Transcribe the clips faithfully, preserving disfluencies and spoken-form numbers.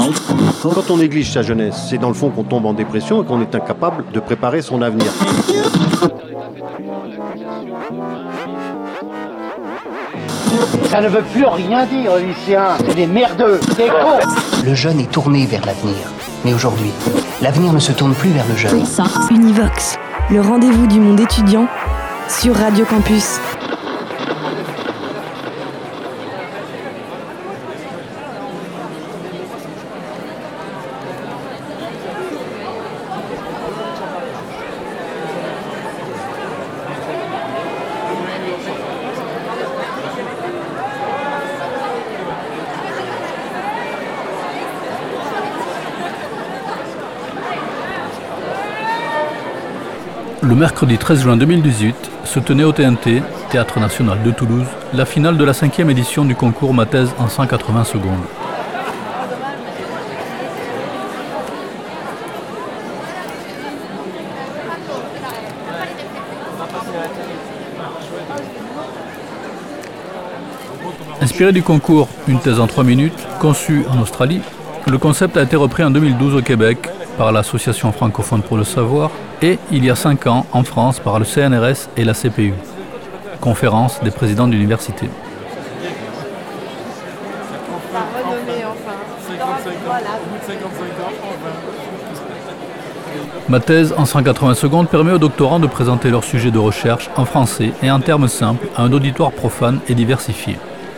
Quand on néglige sa jeunesse, c'est dans le fond qu'on tombe en dépression et qu'on est incapable de préparer son avenir. Ça ne veut plus rien dire, aux lycéens. C'est des merdeux, des cons. Le jeune est tourné vers l'avenir. Mais aujourd'hui, l'avenir ne se tourne plus vers le jeune. Univox, le rendez-vous du monde étudiant sur Radio Campus. Le mercredi treize juin deux mille dix-huit se tenait au T N T, Théâtre National de Toulouse, la finale de la cinquième édition du concours Ma thèse en cent quatre-vingts secondes. Inspiré du concours Une thèse en trois minutes, conçu en Australie, le concept a été repris en deux mille douze au Québec par l'Association francophone pour le savoir et il y a cinq ans en France par le C N R S et la C P U, conférence des présidents d'université. Ma thèse en cent quatre-vingts secondes permet aux doctorants de présenter leur sujet de recherche en français et en termes simples à un auditoire profane et diversifié.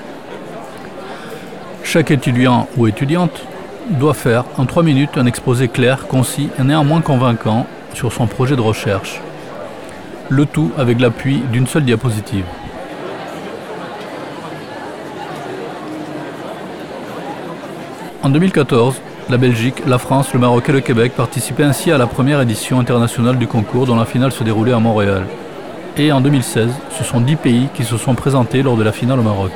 Chaque étudiant ou étudiante doit faire en trois minutes un exposé clair, concis et néanmoins convaincant sur son projet de recherche. Le tout avec l'appui d'une seule diapositive. En deux mille quatorze, la Belgique, la France, le Maroc et le Québec participaient ainsi à la première édition internationale du concours dont la finale se déroulait à Montréal. Et en deux mille seize, ce sont dix pays qui se sont présentés lors de la finale au Maroc.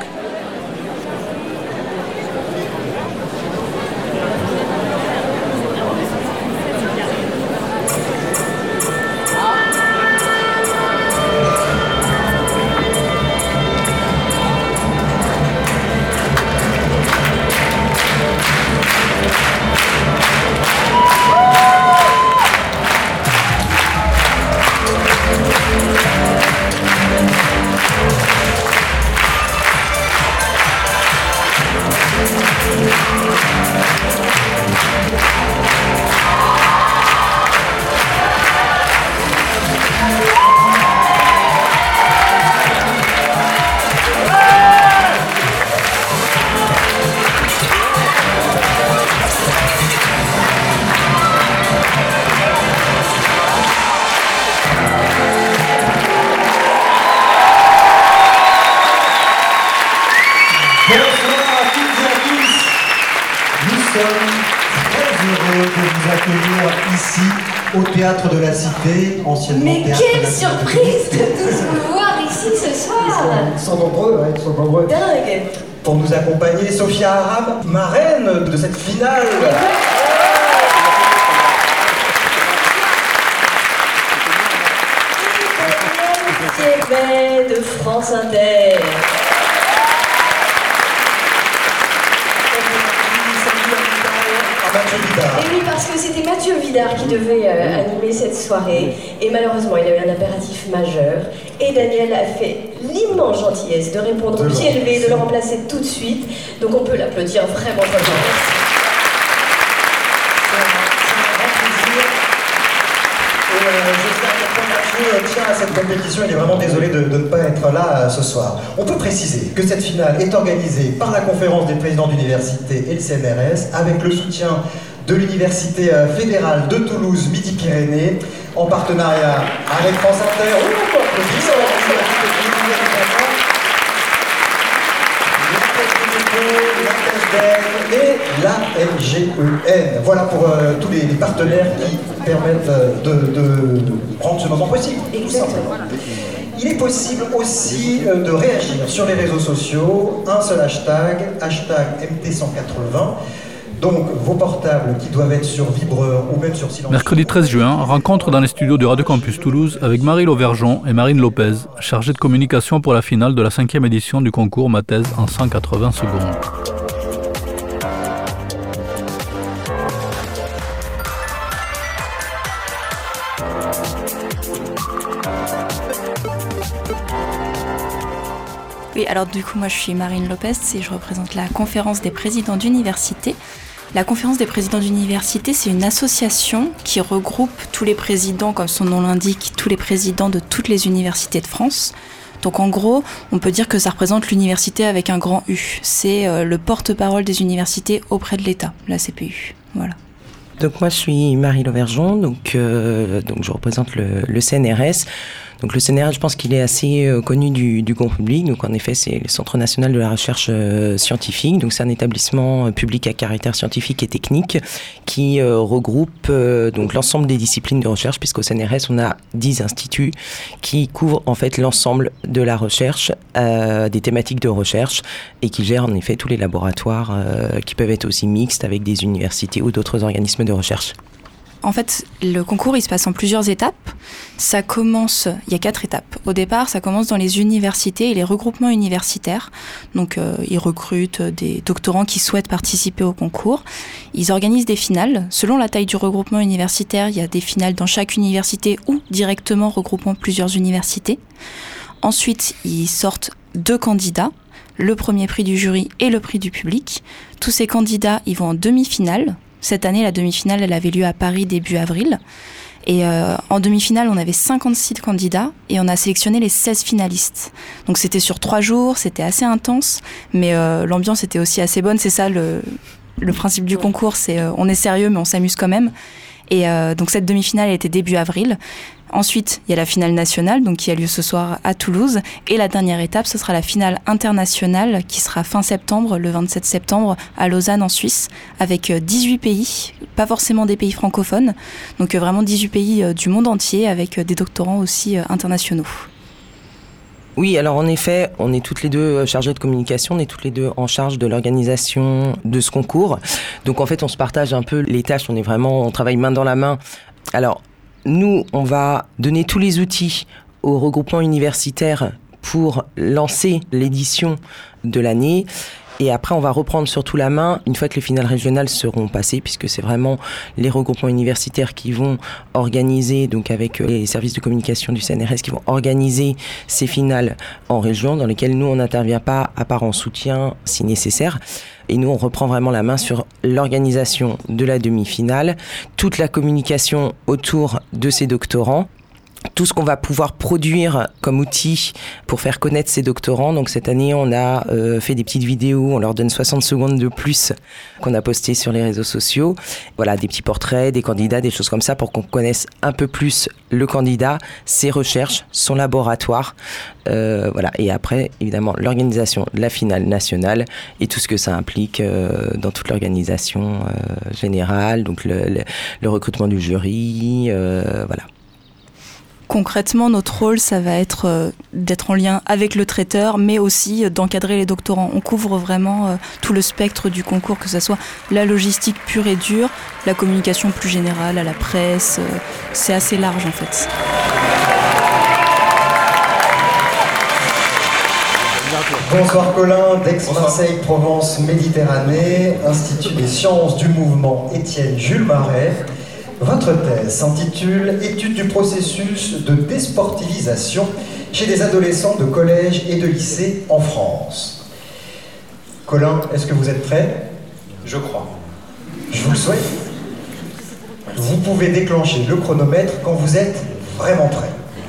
Au Théâtre de la Cité, anciennement Mais Théâtre quelle de la surprise Cité. de tous vous voir ici ce soir. Ils sont, ils sont nombreux, ouais, ils sont nombreux. Dingue. Pour nous accompagner, Sophia Aram, marraine de cette finale. Daniel Thiémet de France Inter. Et oui, parce que c'était Mathieu Vidard qui devait euh, animer cette soirée. Et malheureusement, il a eu un impératif majeur. Et Daniel a fait l'immense gentillesse de répondre au pied levé, de le remplacer tout de suite. Donc on peut l'applaudir vraiment très fort. Et euh, j'espère que Mathieu tient à cette compétition. Il est vraiment désolé de, de ne pas être là euh, ce soir. On peut préciser que cette finale est organisée par la conférence des présidents d'université et le C N R S avec le soutien de l'Université fédérale de Toulouse Midi-Pyrénées en partenariat avec France Inter. Oh, on peut applaudir, et la L G E N. Voilà pour euh, tous les, les partenaires qui permettent euh, de, de rendre ce moment possible. Exactement. Il est possible aussi euh, de réagir sur les réseaux sociaux. Un seul hashtag, hashtag M T cent quatre-vingts. Donc vos portables qui doivent être sur vibreur ou même sur silence. Mercredi treize juin, rencontre dans les studios de Radio Campus Toulouse avec Marie Lauvergeon et Marine Lopez, chargées de communication pour la finale de la cinquième édition du concours Ma thèse en cent quatre-vingts secondes. Oui, alors du coup, moi je suis Marine Lopez et je représente la conférence des présidents d'université. La conférence des présidents d'université, c'est une association qui regroupe tous les présidents, comme son nom l'indique, tous les présidents de toutes les universités de France. Donc en gros, on peut dire que ça représente l'université avec un grand U. C'est euh, le porte-parole des universités auprès de l'État, la C P U. Voilà. Donc moi je suis Marie Lauvergeon, donc, euh, donc je représente le, le C N R S. Donc le C N R S, je pense qu'il est assez euh, connu du, du grand public. Donc en effet, c'est le Centre national de la recherche euh, scientifique. Donc c'est un établissement euh, public à caractère scientifique et technique qui euh, regroupe euh, donc l'ensemble des disciplines de recherche, puisqu'au C N R S on a dix instituts qui couvrent en fait l'ensemble de la recherche, euh, des thématiques de recherche, et qui gèrent en effet tous les laboratoires euh, qui peuvent être aussi mixtes avec des universités ou d'autres organismes de recherche. En fait, le concours, il se passe en plusieurs étapes. Ça commence, il y a quatre étapes. Au départ, ça commence dans les universités et les regroupements universitaires. Donc, euh, ils recrutent des doctorants qui souhaitent participer au concours. Ils organisent des finales. Selon la taille du regroupement universitaire, il y a des finales dans chaque université ou directement regroupant plusieurs universités. Ensuite, ils sortent deux candidats, le premier prix du jury et le prix du public. Tous ces candidats, ils vont en demi-finale. Cette année, la demi-finale, elle avait lieu à Paris début avril. Et euh, en demi-finale, on avait cinquante-six candidats et on a sélectionné les seize finalistes. Donc c'était sur trois jours, c'était assez intense, mais euh, l'ambiance était aussi assez bonne. C'est ça le, le principe du concours, c'est euh, on est sérieux mais on s'amuse quand même. Et euh, donc cette demi-finale, elle était début avril. Ensuite, il y a la finale nationale, donc qui a lieu ce soir à Toulouse. Et la dernière étape, ce sera la finale internationale, qui sera fin septembre, le vingt-sept septembre, à Lausanne, en Suisse, avec dix-huit pays, pas forcément des pays francophones, donc vraiment dix-huit pays du monde entier, avec des doctorants aussi internationaux. Oui, alors en effet, on est toutes les deux chargées de communication, on est toutes les deux en charge de l'organisation de ce concours. Donc en fait, on se partage un peu les tâches, on est vraiment, on travaille main dans la main. Alors, nous, on va donner tous les outils au regroupement universitaire pour lancer l'édition de l'année. Et après, on va reprendre surtout la main une fois que les finales régionales seront passées, puisque c'est vraiment les regroupements universitaires qui vont organiser, donc avec les services de communication du C N R S, qui vont organiser ces finales en région, dans lesquelles nous, on n'intervient pas, à part en soutien, si nécessaire. Et nous, on reprend vraiment la main sur l'organisation de la demi-finale, toute la communication autour de ces doctorants, tout ce qu'on va pouvoir produire comme outil pour faire connaître ces doctorants. Donc cette année, on a euh, fait des petites vidéos, on leur donne soixante secondes de plus qu'on a postées sur les réseaux sociaux. Voilà, des petits portraits, des candidats, des choses comme ça pour qu'on connaisse un peu plus le candidat, ses recherches, son laboratoire. Euh, voilà. Et après, évidemment, l'organisation de la finale nationale et tout ce que ça implique euh, dans toute l'organisation euh, générale, donc le, le, le recrutement du jury, euh, voilà. Concrètement, notre rôle, ça va être euh, d'être en lien avec le traiteur, mais aussi euh, d'encadrer les doctorants. On couvre vraiment euh, tout le spectre du concours, que ce soit la logistique pure et dure, la communication plus générale, à la presse. Euh, c'est assez large, en fait. Bonsoir Colin, d'Aix-Marseille, Provence, Méditerranée, Institut des sciences du mouvement Étienne Jules Marais. Votre thèse s'intitule « Étude du processus de désportivisation chez des adolescents de collège et de lycée en France ». Colin, est-ce que vous êtes prêt ? Je crois. Je vous le souhaite. Vous pouvez déclencher le chronomètre quand vous êtes vraiment prêt.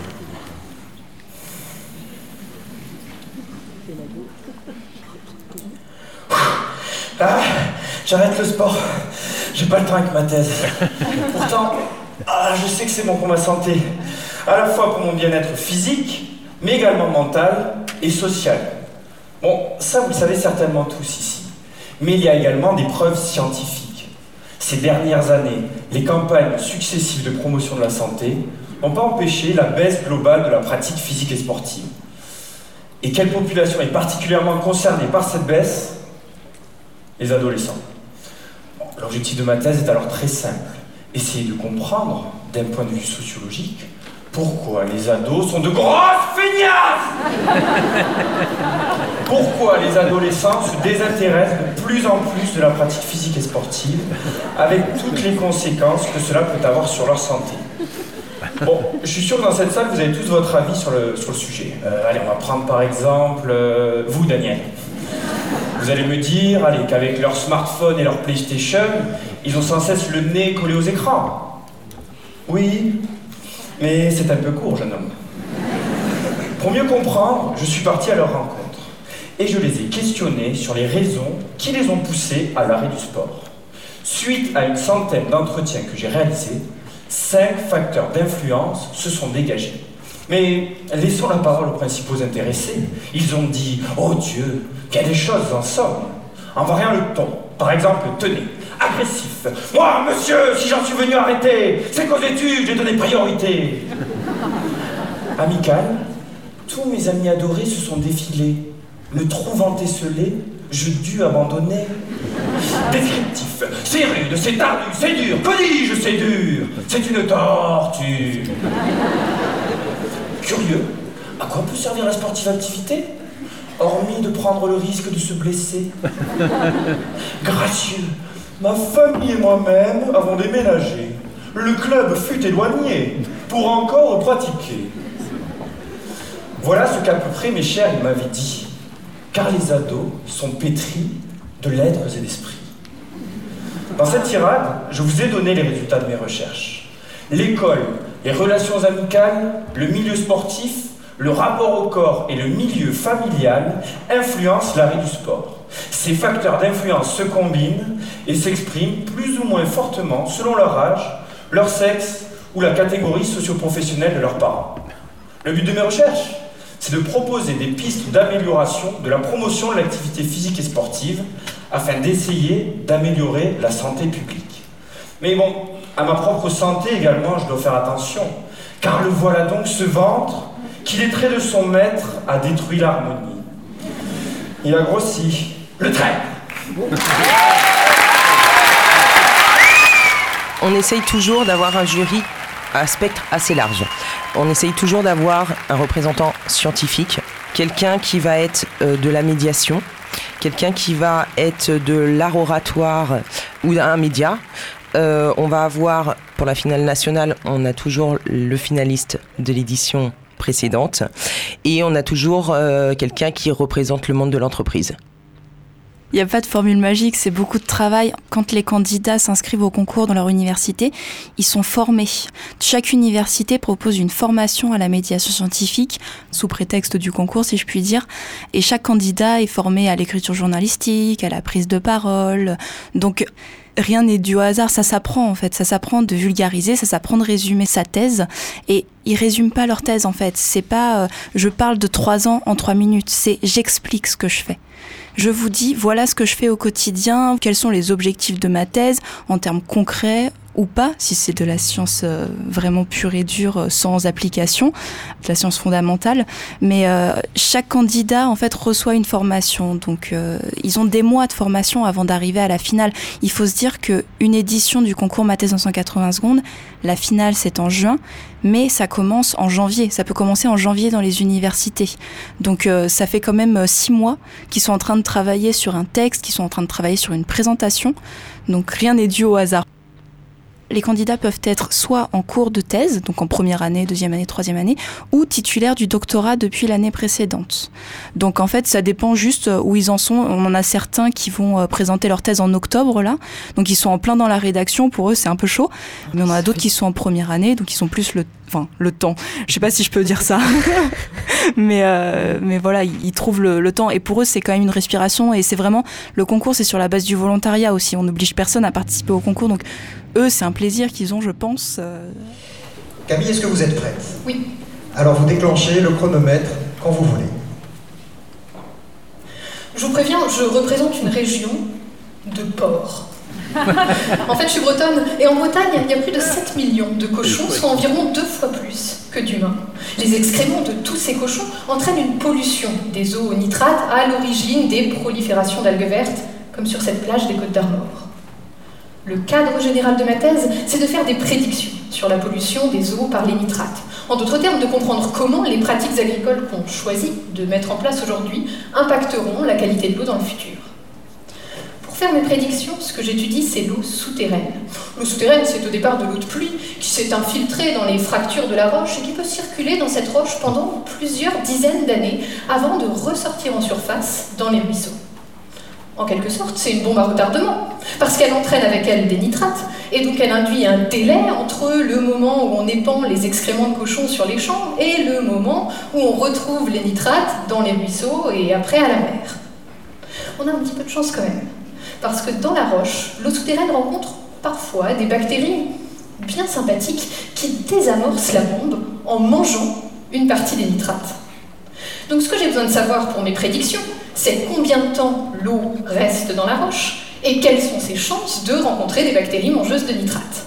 Ah, j'arrête le sport. J'ai pas le temps avec ma thèse. Pourtant, ah, je sais que c'est bon pour ma santé. À la fois pour mon bien-être physique, mais également mental et social. Bon, ça vous le savez certainement tous ici. Mais il y a également des preuves scientifiques. Ces dernières années, les campagnes successives de promotion de la santé n'ont pas empêché la baisse globale de la pratique physique et sportive. Et quelle population est particulièrement concernée par cette baisse ? Les adolescents. Bon, l'objectif de ma thèse est alors très simple. Essayer de comprendre, d'un point de vue sociologique, pourquoi les ados sont de grosses feignasses. Pourquoi les adolescents se désintéressent de plus en plus de la pratique physique et sportive, avec toutes les conséquences que cela peut avoir sur leur santé. Bon, je suis sûr que dans cette salle, vous avez tous votre avis sur le, sur le sujet. Euh, allez, on va prendre par exemple euh, vous, Daniel. Vous allez me dire, allez, qu'avec leur smartphone et leur PlayStation, ils ont sans cesse le nez collé aux écrans. Oui, mais c'est un peu court, jeune homme. Pour mieux comprendre, je suis parti à leur rencontre. Et je les ai questionnés sur les raisons qui les ont poussés à l'arrêt du sport. Suite à une centaine d'entretiens que j'ai réalisés, cinq facteurs d'influence se sont dégagés. Mais laissons la parole aux principaux intéressés. Ils ont dit « Oh Dieu, qu'il y a des choses en somme !» En variant le ton. Par exemple, tenez, agressif. « Moi, monsieur, si j'en suis venu arrêter, c'est qu'aux études, j'ai donné priorité. » Amical, tous mes amis adorés se sont défilés. Me trouvant esselé, je dus abandonner. Descriptif. C'est rude, c'est ardu, c'est dur. Que dis-je, c'est dur. C'est une torture. Curieux. À quoi peut servir la sportive activité? Hormis de prendre le risque de se blesser. Gracieux. Ma famille et moi-même avons déménagé. Le club fut éloigné pour encore pratiquer. Voilà ce qu'à peu près mes chers ils m'avaient dit. Car les ados sont pétris de lettres et d'esprit. Dans cette tirade, je vous ai donné les résultats de mes recherches. L'école, les relations amicales, le milieu sportif, le rapport au corps et le milieu familial influencent l'arrêt du sport. Ces facteurs d'influence se combinent et s'expriment plus ou moins fortement selon leur âge, leur sexe ou la catégorie socio-professionnelle de leurs parents. Le but de mes recherches, c'est de proposer des pistes d'amélioration de la promotion de l'activité physique et sportive afin d'essayer d'améliorer la santé publique. Mais bon, à ma propre santé également, je dois faire attention, car le voilà donc ce ventre qui, les traits de son maître, a détruit l'harmonie. Il a grossi. Le trait. On essaye toujours d'avoir un jury à spectre assez large. On essaye toujours d'avoir un représentant scientifique, quelqu'un qui va être euh, de la médiation, quelqu'un qui va être de l'art oratoire ou d'un média. Euh, on va avoir, pour la finale nationale, on a toujours le finaliste de l'édition précédente et on a toujours euh, quelqu'un qui représente le monde de l'entreprise. Il n'y a pas de formule magique, c'est beaucoup de travail. Quand les candidats s'inscrivent au concours dans leur université, ils sont formés. Chaque université propose une formation à la médiation scientifique, sous prétexte du concours, si je puis dire. Et chaque candidat est formé à l'écriture journalistique, à la prise de parole. Donc, rien n'est dû au hasard, ça s'apprend en fait. Ça s'apprend de vulgariser, ça s'apprend de résumer sa thèse. Et ils résument pas leur thèse en fait. C'est pas euh, je parle de trois ans en trois minutes, c'est j'explique ce que je fais. Je vous dis, voilà ce que je fais au quotidien, quels sont les objectifs de ma thèse, en termes concrets ou pas, si c'est de la science euh, vraiment pure et dure, euh, sans application, de la science fondamentale. Mais euh, chaque candidat, en fait, reçoit une formation. Donc, euh, ils ont des mois de formation avant d'arriver à la finale. Il faut se dire qu'une édition du concours Ma thèse en cent quatre-vingts secondes, la finale, c'est en juin, mais ça commence en janvier. Ça peut commencer en janvier dans les universités. Donc, euh, ça fait quand même six mois qu'ils sont en train de travailler sur un texte, qu'ils sont en train de travailler sur une présentation. Donc, rien n'est dû au hasard. Les candidats peuvent être soit en cours de thèse, donc en première année, deuxième année, troisième année, ou titulaires du doctorat depuis l'année précédente. Donc en fait, ça dépend juste où ils en sont. On en a certains qui vont présenter leur thèse en octobre, là. Donc ils sont en plein dans la rédaction. Pour eux, c'est un peu chaud. Mais on en a d'autres qui sont en première année, donc ils sont plus le, enfin, le temps. Je sais pas si je peux dire ça. mais, euh, mais voilà, ils trouvent le, le temps. Et pour eux, c'est quand même une respiration. Et c'est vraiment, le concours, c'est sur la base du volontariat aussi. On n'oblige personne à participer au concours. Donc eux, c'est un plaisir qu'ils ont, je pense. Euh... Camille, est-ce que vous êtes prête? Oui. Alors vous déclenchez le chronomètre quand vous voulez. Je vous préviens, je représente une région de porcs. En fait, je suis bretonne, et en Bretagne, il y a plus de sept millions de cochons, soit environ deux fois plus que d'humains. Les excréments de tous ces cochons entraînent une pollution des eaux au nitrate à l'origine des proliférations d'algues vertes, comme sur cette plage des Côtes d'Armor. Le cadre général de ma thèse, c'est de faire des prédictions sur la pollution des eaux par les nitrates. En d'autres termes, de comprendre comment les pratiques agricoles qu'on choisit de mettre en place aujourd'hui impacteront la qualité de l'eau dans le futur. Pour faire mes prédictions, ce que j'étudie, c'est l'eau souterraine. L'eau souterraine, c'est au départ de l'eau de pluie qui s'est infiltrée dans les fractures de la roche et qui peut circuler dans cette roche pendant plusieurs dizaines d'années avant de ressortir en surface dans les ruisseaux. En quelque sorte, c'est une bombe à retardement, parce qu'elle entraîne avec elle des nitrates, et donc elle induit un délai entre le moment où on épand les excréments de cochons sur les champs et le moment où on retrouve les nitrates dans les ruisseaux et après à la mer. On a un petit peu de chance quand même, parce que dans la roche, l'eau souterraine rencontre parfois des bactéries bien sympathiques qui désamorcent la bombe en mangeant une partie des nitrates. Donc ce que j'ai besoin de savoir pour mes prédictions, c'est combien de temps l'eau reste dans la roche et quelles sont ses chances de rencontrer des bactéries mangeuses de nitrates.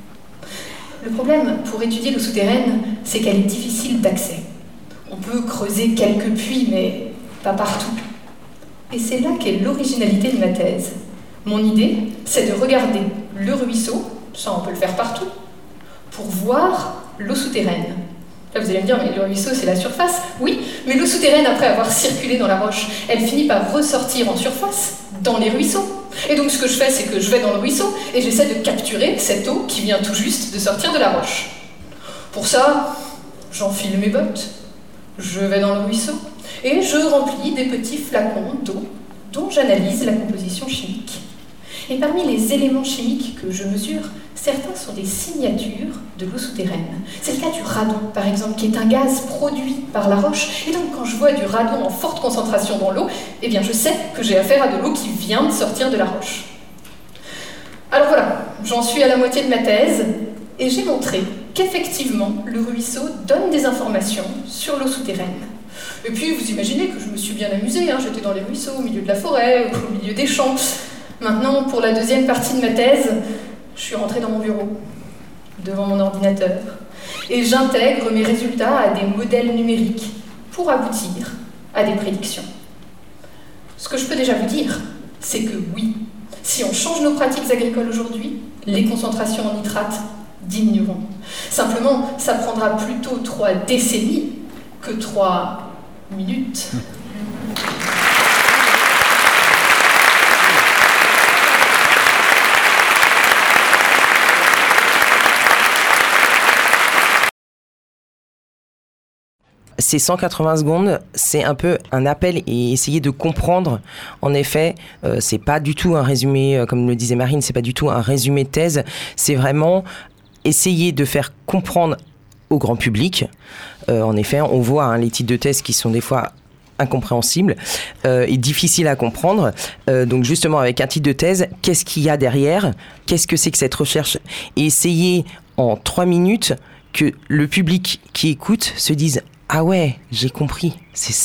Le problème pour étudier l'eau souterraine, c'est qu'elle est difficile d'accès. On peut creuser quelques puits, mais pas partout. Et c'est là qu'est l'originalité de ma thèse. Mon idée, c'est de regarder le ruisseau, ça on peut le faire partout, pour voir l'eau souterraine. Là, vous allez me dire, mais le ruisseau, c'est la surface. Oui, mais l'eau souterraine, après avoir circulé dans la roche, elle finit par ressortir en surface, dans les ruisseaux. Et donc, ce que je fais, c'est que je vais dans le ruisseau et j'essaie de capturer cette eau qui vient tout juste de sortir de la roche. Pour ça, j'enfile mes bottes, je vais dans le ruisseau et je remplis des petits flacons d'eau dont j'analyse la composition chimique. Et parmi les éléments chimiques que je mesure, certains sont des signatures de l'eau souterraine. C'est le cas du radon, par exemple, qui est un gaz produit par la roche. Et donc, quand je vois du radon en forte concentration dans l'eau, eh bien, je sais que j'ai affaire à de l'eau qui vient de sortir de la roche. Alors voilà, j'en suis à la moitié de ma thèse, et j'ai montré qu'effectivement, le ruisseau donne des informations sur l'eau souterraine. Et puis, vous imaginez que je me suis bien amusée, hein, j'étais dans les ruisseaux, au milieu de la forêt, au milieu des champs. Maintenant, pour la deuxième partie de ma thèse, je suis rentrée dans mon bureau, devant mon ordinateur, et j'intègre mes résultats à des modèles numériques pour aboutir à des prédictions. Ce que je peux déjà vous dire, c'est que oui, si on change nos pratiques agricoles aujourd'hui, les concentrations en nitrates diminueront. Simplement, ça prendra plutôt trois décennies que trois minutes. Ces cent quatre-vingts secondes, c'est un peu un appel et essayer de comprendre. En effet, euh, c'est pas du tout un résumé, euh, comme le disait Marine, c'est pas du tout un résumé de thèse. C'est vraiment essayer de faire comprendre au grand public. Euh, en effet, on voit hein, les titres de thèse qui sont des fois incompréhensibles euh, et difficiles à comprendre. Euh, donc justement, avec un titre de thèse, qu'est-ce qu'il y a derrière ? Qu'est-ce que c'est que cette recherche ? Et essayer en trois minutes que le public qui écoute se dise « Ah ouais, j'ai compris, c'est ça ».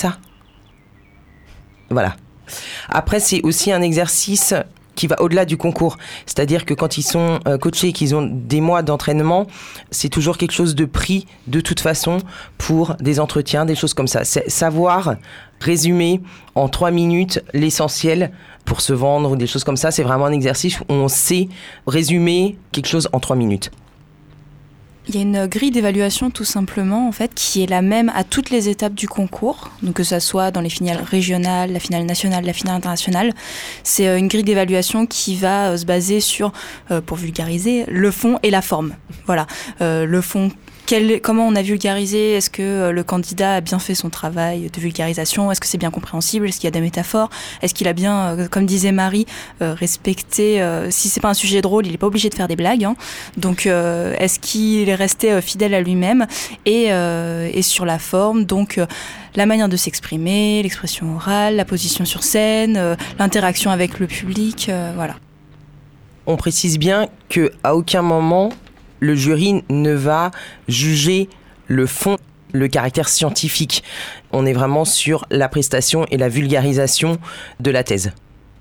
Voilà. Après, c'est aussi un exercice qui va au-delà du concours. C'est-à-dire que quand ils sont euh, coachés et qu'ils ont des mois d'entraînement, c'est toujours quelque chose de pris de toute façon pour des entretiens, des choses comme ça. C'est savoir résumer en trois minutes l'essentiel pour se vendre ou des choses comme ça. C'est vraiment un exercice où on sait résumer quelque chose en trois minutes. Il y a une grille d'évaluation tout simplement en fait qui est la même à toutes les étapes du concours, donc que ça soit dans les finales régionales, la finale nationale, la finale internationale. C'est une grille d'évaluation qui va se baser sur, euh, pour vulgariser, le fond et la forme. Voilà, euh, le fond. Quel, comment on a vulgarisé ? Est-ce que le candidat a bien fait son travail de vulgarisation ? Est-ce que c'est bien compréhensible ? Est-ce qu'il y a des métaphores ? Est-ce qu'il a bien, euh, comme disait Marie, euh, respecté... Euh, si c'est pas un sujet drôle, il n'est pas obligé de faire des blagues. Hein. Donc, euh, est-ce qu'il est resté euh, fidèle à lui-même ? Et, euh, et sur la forme, donc... Euh, la manière de s'exprimer, l'expression orale, la position sur scène, euh, l'interaction avec le public, euh, voilà. On précise bien qu'à aucun moment... le jury ne va juger le fond, le caractère scientifique. On est vraiment sur la prestation et la vulgarisation de la thèse.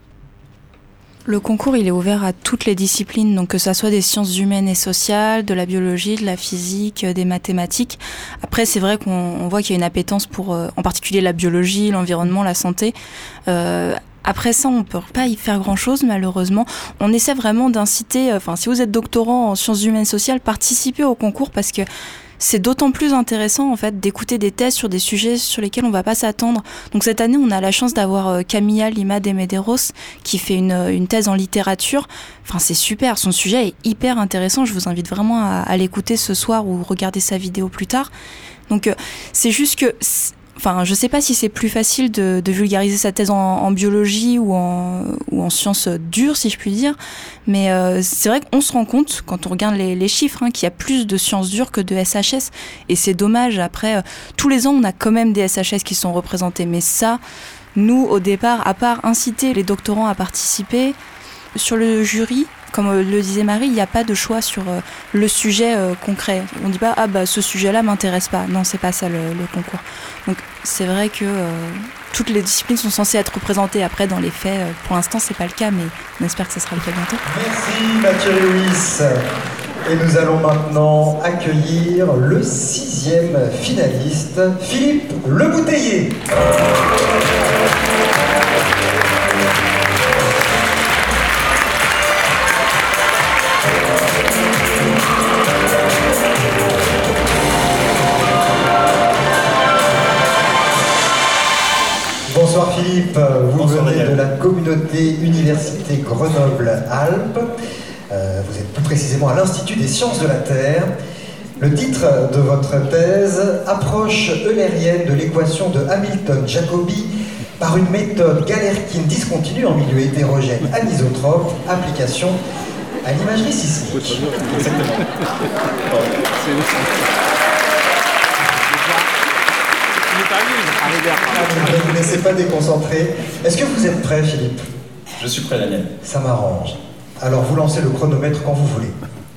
Le concours, il est ouvert à toutes les disciplines, donc que ça soit des sciences humaines et sociales, de la biologie, de la physique, des mathématiques. Après, c'est vrai qu'on on voit qu'il y a une appétence pour, euh, en particulier la biologie, l'environnement, la santé. Euh, Après ça, on ne peut pas y faire grand-chose, malheureusement. On essaie vraiment d'inciter, enfin, si vous êtes doctorant en sciences humaines et sociales, participez au concours parce que c'est d'autant plus intéressant en fait d'écouter des thèses sur des sujets sur lesquels on va pas s'attendre. Donc cette année, on a la chance d'avoir euh, Camilla Lima de Medeiros qui fait une, une thèse en littérature. Enfin, c'est super, son sujet est hyper intéressant. Je vous invite vraiment à, à l'écouter ce soir ou regarder sa vidéo plus tard. Donc euh, c'est juste que... C'est... Enfin, je sais pas si c'est plus facile de, de vulgariser sa thèse en, en biologie ou en, ou en sciences dures, si je puis dire. Mais euh, c'est vrai qu'on se rend compte, quand on regarde les, les chiffres, hein, qu'il y a plus de sciences dures que de S H S. Et c'est dommage. Après, euh, tous les ans, on a quand même des S H S qui sont représentés. Mais ça, nous, au départ, à part inciter les doctorants à participer, sur le jury, comme le disait Marie, il n'y a pas de choix sur euh, le sujet euh, concret. On ne dit pas « Ah bah ce sujet-là m'intéresse pas ». Non, c'est pas ça le, le concours. Donc c'est vrai que euh, toutes les disciplines sont censées être représentées. Après, dans les faits, euh, pour l'instant, c'est pas le cas, mais on espère que ça sera le cas bientôt. Merci Mathieu Lewis. Et nous allons maintenant accueillir le sixième finaliste, Philippe Lebouteiller. Bonsoir Philippe, vous Bonsoir venez Daniel. de la communauté Université Grenoble-Alpes. Euh, vous êtes plus précisément à l'Institut des sciences de la Terre. Le titre de votre thèse, Approche eulérienne de l'équation de Hamilton-Jacobi par une méthode galerkine discontinue en milieu hétérogène anisotrope, application à l'imagerie sismique. Exactement. Ne vous laissez pas déconcentrer. Est-ce que vous êtes prêt, Philippe? Je suis prêt, Daniel. Ça m'arrange. Alors vous lancez le chronomètre quand vous voulez.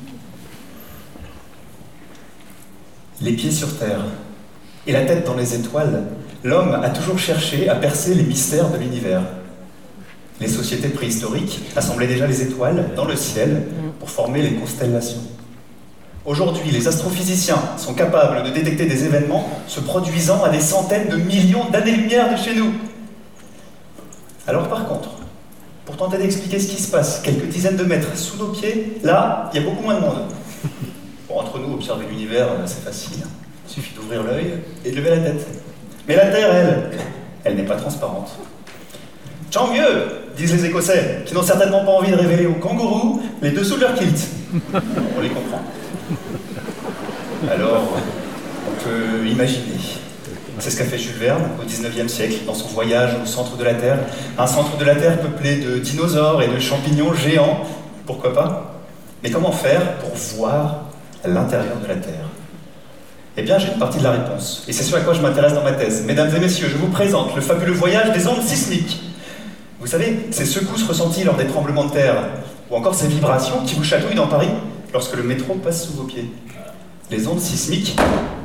Les pieds sur terre et la tête dans les étoiles, l'homme a toujours cherché à percer les mystères de l'univers. Les sociétés préhistoriques assemblaient déjà les étoiles dans le ciel pour former les constellations. Aujourd'hui, les astrophysiciens sont capables de détecter des événements se produisant à des centaines de millions d'années-lumière de chez nous. Alors par contre, pour tenter d'expliquer ce qui se passe quelques dizaines de mètres sous nos pieds, là, il y a beaucoup moins de monde. Bon, entre nous, observer l'univers, c'est facile. Il suffit d'ouvrir l'œil et de lever la tête. Mais la Terre, elle, elle n'est pas transparente. Tant mieux, disent les Écossais, qui n'ont certainement pas envie de révéler aux kangourous les dessous de leur kilt. On les comprend. Alors, on peut imaginer. C'est ce qu'a fait Jules Verne au dix-neuvième siècle, dans son voyage au centre de la Terre. Un centre de la Terre peuplé de dinosaures et de champignons géants. Pourquoi pas? Mais comment faire pour voir l'intérieur de la Terre? Eh bien, j'ai une partie de la réponse. Et c'est ce à quoi je m'intéresse dans ma thèse. Mesdames et messieurs, je vous présente le fabuleux voyage des ondes sismiques. Vous savez, ces secousses ressenties lors des tremblements de terre, ou encore ces vibrations qui vous chatouillent dans Paris lorsque le métro passe sous vos pieds. Les ondes sismiques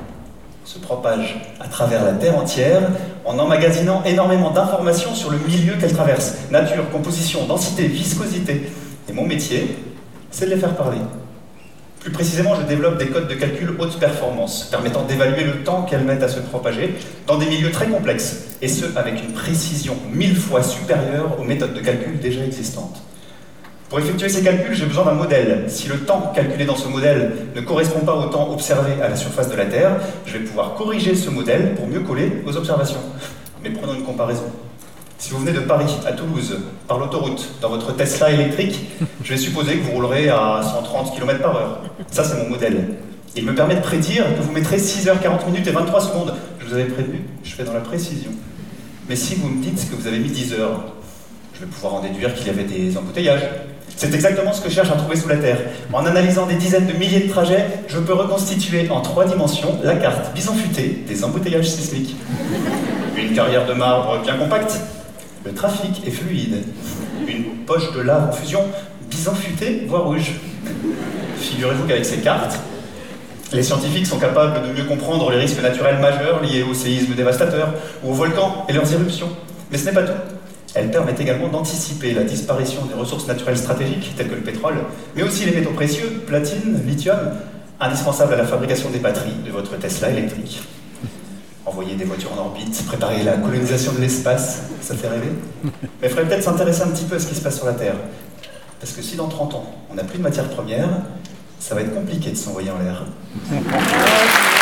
se propagent à travers la Terre entière en emmagasinant énormément d'informations sur le milieu qu'elles traversent. Nature, composition, densité, viscosité. Et mon métier, c'est de les faire parler. Plus précisément, je développe des codes de calcul haute performance, permettant d'évaluer le temps qu'elles mettent à se propager dans des milieux très complexes, et ce, avec une précision mille fois supérieure aux méthodes de calcul déjà existantes. Pour effectuer ces calculs, j'ai besoin d'un modèle. Si le temps calculé dans ce modèle ne correspond pas au temps observé à la surface de la Terre, je vais pouvoir corriger ce modèle pour mieux coller aux observations. Mais prenons une comparaison. Si vous venez de Paris à Toulouse, par l'autoroute, dans votre Tesla électrique, je vais supposer que vous roulerez à cent trente kilomètres par heure. Ça, c'est mon modèle. Il me permet de prédire que vous mettrez six heures quarante minutes et vingt-trois secondes. Je vous avais prévenu, je fais dans la précision. Mais si vous me dites que vous avez mis dix heures, je vais pouvoir en déduire qu'il y avait des embouteillages. C'est exactement ce que je cherche à trouver sous la Terre. En analysant des dizaines de milliers de trajets, je peux reconstituer en trois dimensions la carte bison futé des embouteillages sismiques. Une carrière de marbre bien compacte. Le trafic est fluide. Une poche de lave en fusion, bison futé, voire rouge. Figurez-vous qu'avec ces cartes, les scientifiques sont capables de mieux comprendre les risques naturels majeurs liés aux séismes dévastateurs ou aux volcans et leurs éruptions. Mais ce n'est pas tout. Elles permettent également d'anticiper la disparition des ressources naturelles stratégiques, telles que le pétrole, mais aussi les métaux précieux, platine, lithium, indispensables à la fabrication des batteries de votre Tesla électrique. Envoyer des voitures en orbite, préparer la colonisation de l'espace, ça fait rêver. Mais il faudrait peut-être s'intéresser un petit peu à ce qui se passe sur la Terre. Parce que si dans trente ans, on n'a plus de matières premières, ça va être compliqué de s'envoyer en l'air.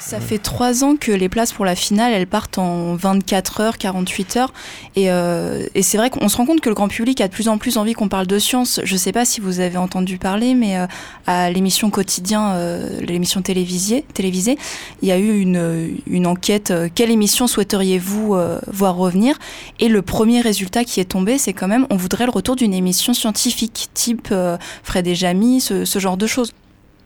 Ça fait trois ans que les places pour la finale, elles partent en vingt-quatre heures, quarante-huit heures. Et, euh, et c'est vrai qu'on se rend compte que le grand public a de plus en plus envie qu'on parle de science. Je ne sais pas si vous avez entendu parler, mais euh, à l'émission Quotidien, euh, l'émission télévisée, télévisée, il y a eu une, une enquête. Euh, quelle émission souhaiteriez-vous euh, voir revenir ? Et le premier résultat qui est tombé, c'est quand même, on voudrait le retour d'une émission scientifique, type euh, Fred et Jamy, ce, ce genre de choses.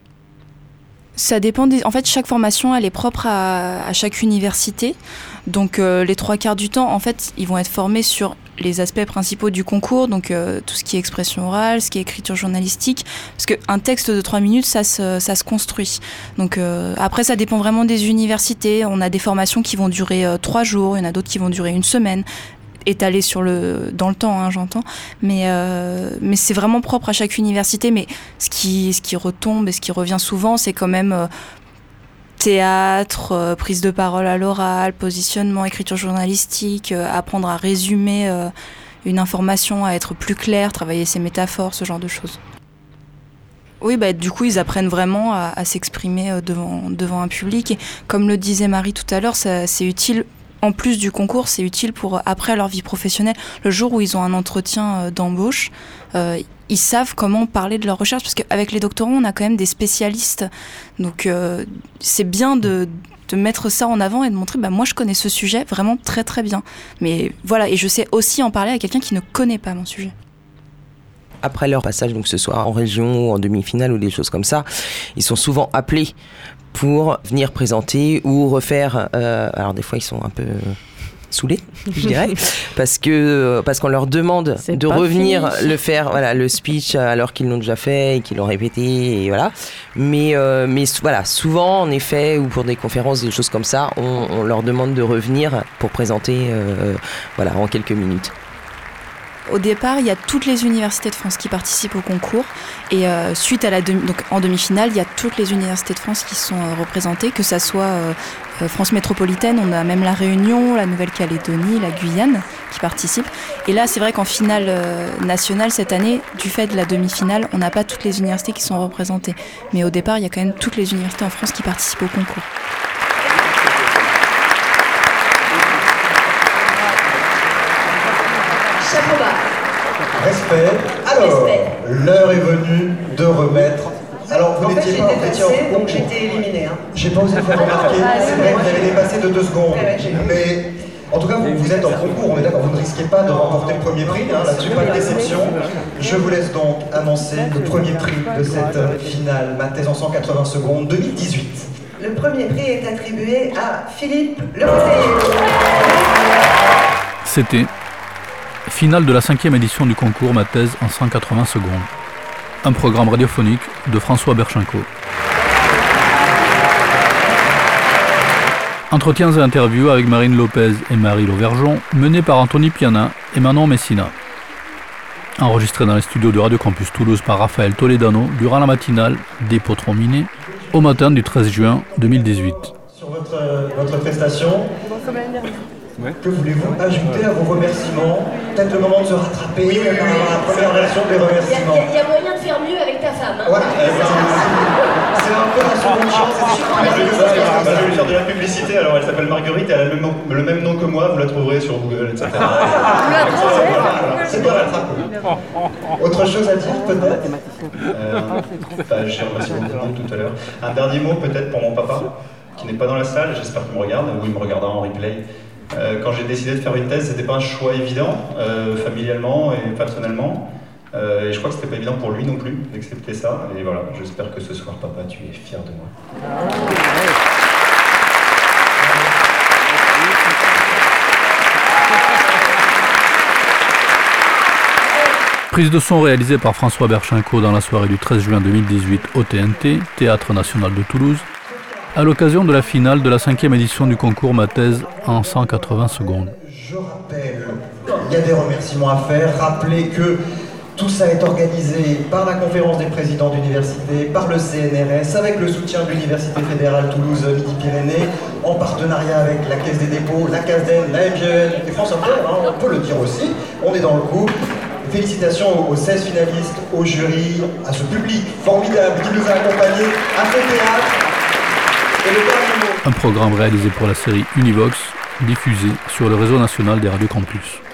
Ça dépend des... En fait, chaque formation, elle est propre à, à chaque université. Donc, euh, les trois quarts du temps, en fait, ils vont être formés sur les aspects principaux du concours, donc euh, tout ce qui est expression orale, ce qui est écriture journalistique. Parce qu'un texte de trois minutes, ça se, ça se construit. Donc, euh, après, ça dépend vraiment des universités. On a des formations qui vont durer euh, trois jours, il y en a d'autres qui vont durer une semaine. Étalé sur le dans le temps, hein, j'entends, mais euh, mais c'est vraiment propre à chaque université. Mais ce qui ce qui retombe et ce qui revient souvent, c'est quand même euh, théâtre, euh, prise de parole à l'oral, positionnement, écriture journalistique, euh, apprendre à résumer euh, une information, à être plus clair, travailler ses métaphores, ce genre de choses. Oui, bah, du coup, ils apprennent vraiment à, à s'exprimer euh, devant devant un public. Et comme le disait Marie tout à l'heure, ça, c'est utile. En plus du concours, c'est utile pour après leur vie professionnelle. Le jour où ils ont un entretien d'embauche, euh, ils savent comment parler de leur recherche, parce qu'avec les doctorants, on a quand même des spécialistes. Donc euh, c'est bien de, de mettre ça en avant et de montrer, bah, moi je connais ce sujet vraiment très très bien. Mais voilà, et je sais aussi en parler à quelqu'un qui ne connaît pas mon sujet. Après leur passage, donc que ce soit en région ou en demi-finale ou des choses comme ça, ils sont souvent appelés pour venir présenter ou refaire. Euh, alors des fois ils sont un peu saoulés, je dirais, parce que parce qu'on leur demande C'est de revenir fini. le faire, voilà, le speech alors qu'ils l'ont déjà fait et qu'ils l'ont répété, et voilà. Mais euh, mais voilà, souvent en effet, ou pour des conférences, des choses comme ça, on, on leur demande de revenir pour présenter, euh, voilà, en quelques minutes. Au départ, il y a toutes les universités de France qui participent au concours, et euh, suite à la demi, donc en demi-finale, il y a toutes les universités de France qui sont euh, représentées, que ça soit euh, France métropolitaine, on a même la Réunion, la Nouvelle-Calédonie, la Guyane qui participent. Et là, c'est vrai qu'en finale euh, nationale cette année, du fait de la demi-finale, on n'a pas toutes les universités qui sont représentées. Mais au départ, il y a quand même toutes les universités en France qui participent au concours. Chapeau bas. Respect. Alors, Respect. L'heure est venue de remettre. Alors, vous en n'étiez fait, pas en j'étais passée, donc j'étais éliminée. Hein. J'ai pas osé le faire remarquer. C'est vrai, vous avez dépassé de deux secondes. Mais en tout cas, vous, vous êtes en concours, on est d'accord, vous ne risquez pas de remporter le premier prix. Hein, là-dessus, pas de déception. Je vous laisse donc annoncer le premier prix de cette finale, ma thèse en cent quatre-vingts secondes deux mille dix-huit. Le premier prix est attribué à Philippe Lemonteil. C'était finale de la cinquième édition du concours Ma thèse en cent quatre-vingts secondes. Un programme radiophonique de François Berchenko. Entretiens et interviews avec Marine Lopez et Marie Lauvergeon, menés par Anthony Piana et Manon Messina. Enregistré dans les studios de Radio Campus Toulouse par Raphaël Toledano durant la matinale des Potrons Minés au matin du treize juin deux mille dix-huit. Sur votre, euh, votre prestation, que voulez-vous ajouter à vos remerciements? Peut-être le moment de se rattraper oui, oui, oui, oui. la première version des remerciements. Il y, y a moyen de faire mieux avec ta femme. Hein. Ouais, c'est un peu la seconde chance. Je vais lui faire de la publicité. Alors, elle s'appelle Marguerite, elle a le même, le même nom que moi, vous la trouverez sur Google, et cetera. C'est pas rattrapé. Autre chose à dire, peut-être euh, bah, J'ai remercié beaucoup de monde tout à l'heure. Un dernier mot, peut-être, pour mon papa, qui n'est pas dans la salle, j'espère qu'il me regarde, ou il me regardera en replay. Euh, quand j'ai décidé de faire une thèse, c'était pas un choix évident, euh, familialement et personnellement. Euh, et je crois que c'était pas évident pour lui non plus d'accepter ça. Et voilà, j'espère que ce soir, papa, tu es fier de moi. Prise de son réalisée par François Berchenko dans la soirée du treize juin deux mille dix-huit au T N T, Théâtre National de Toulouse, à l'occasion de la finale de la cinquième édition du concours Ma thèse en cent quatre-vingts secondes. Je rappelle, il y a des remerciements à faire. Rappelez que tout ça est organisé par la conférence des présidents d'université, par le C N R S, avec le soutien de l'Université fédérale Toulouse-Midi-Pyrénées, en partenariat avec la Caisse des dépôts, la CASDEN, la M G E N et France Inter, hein, on peut le dire aussi. On est dans le coup. Félicitations aux seize finalistes, au jury, à ce public formidable qui nous a accompagnés, à ce théâtre. Et le dernier mot. un programme réalisé pour la série Univox, diffusé sur le réseau national des radios campus.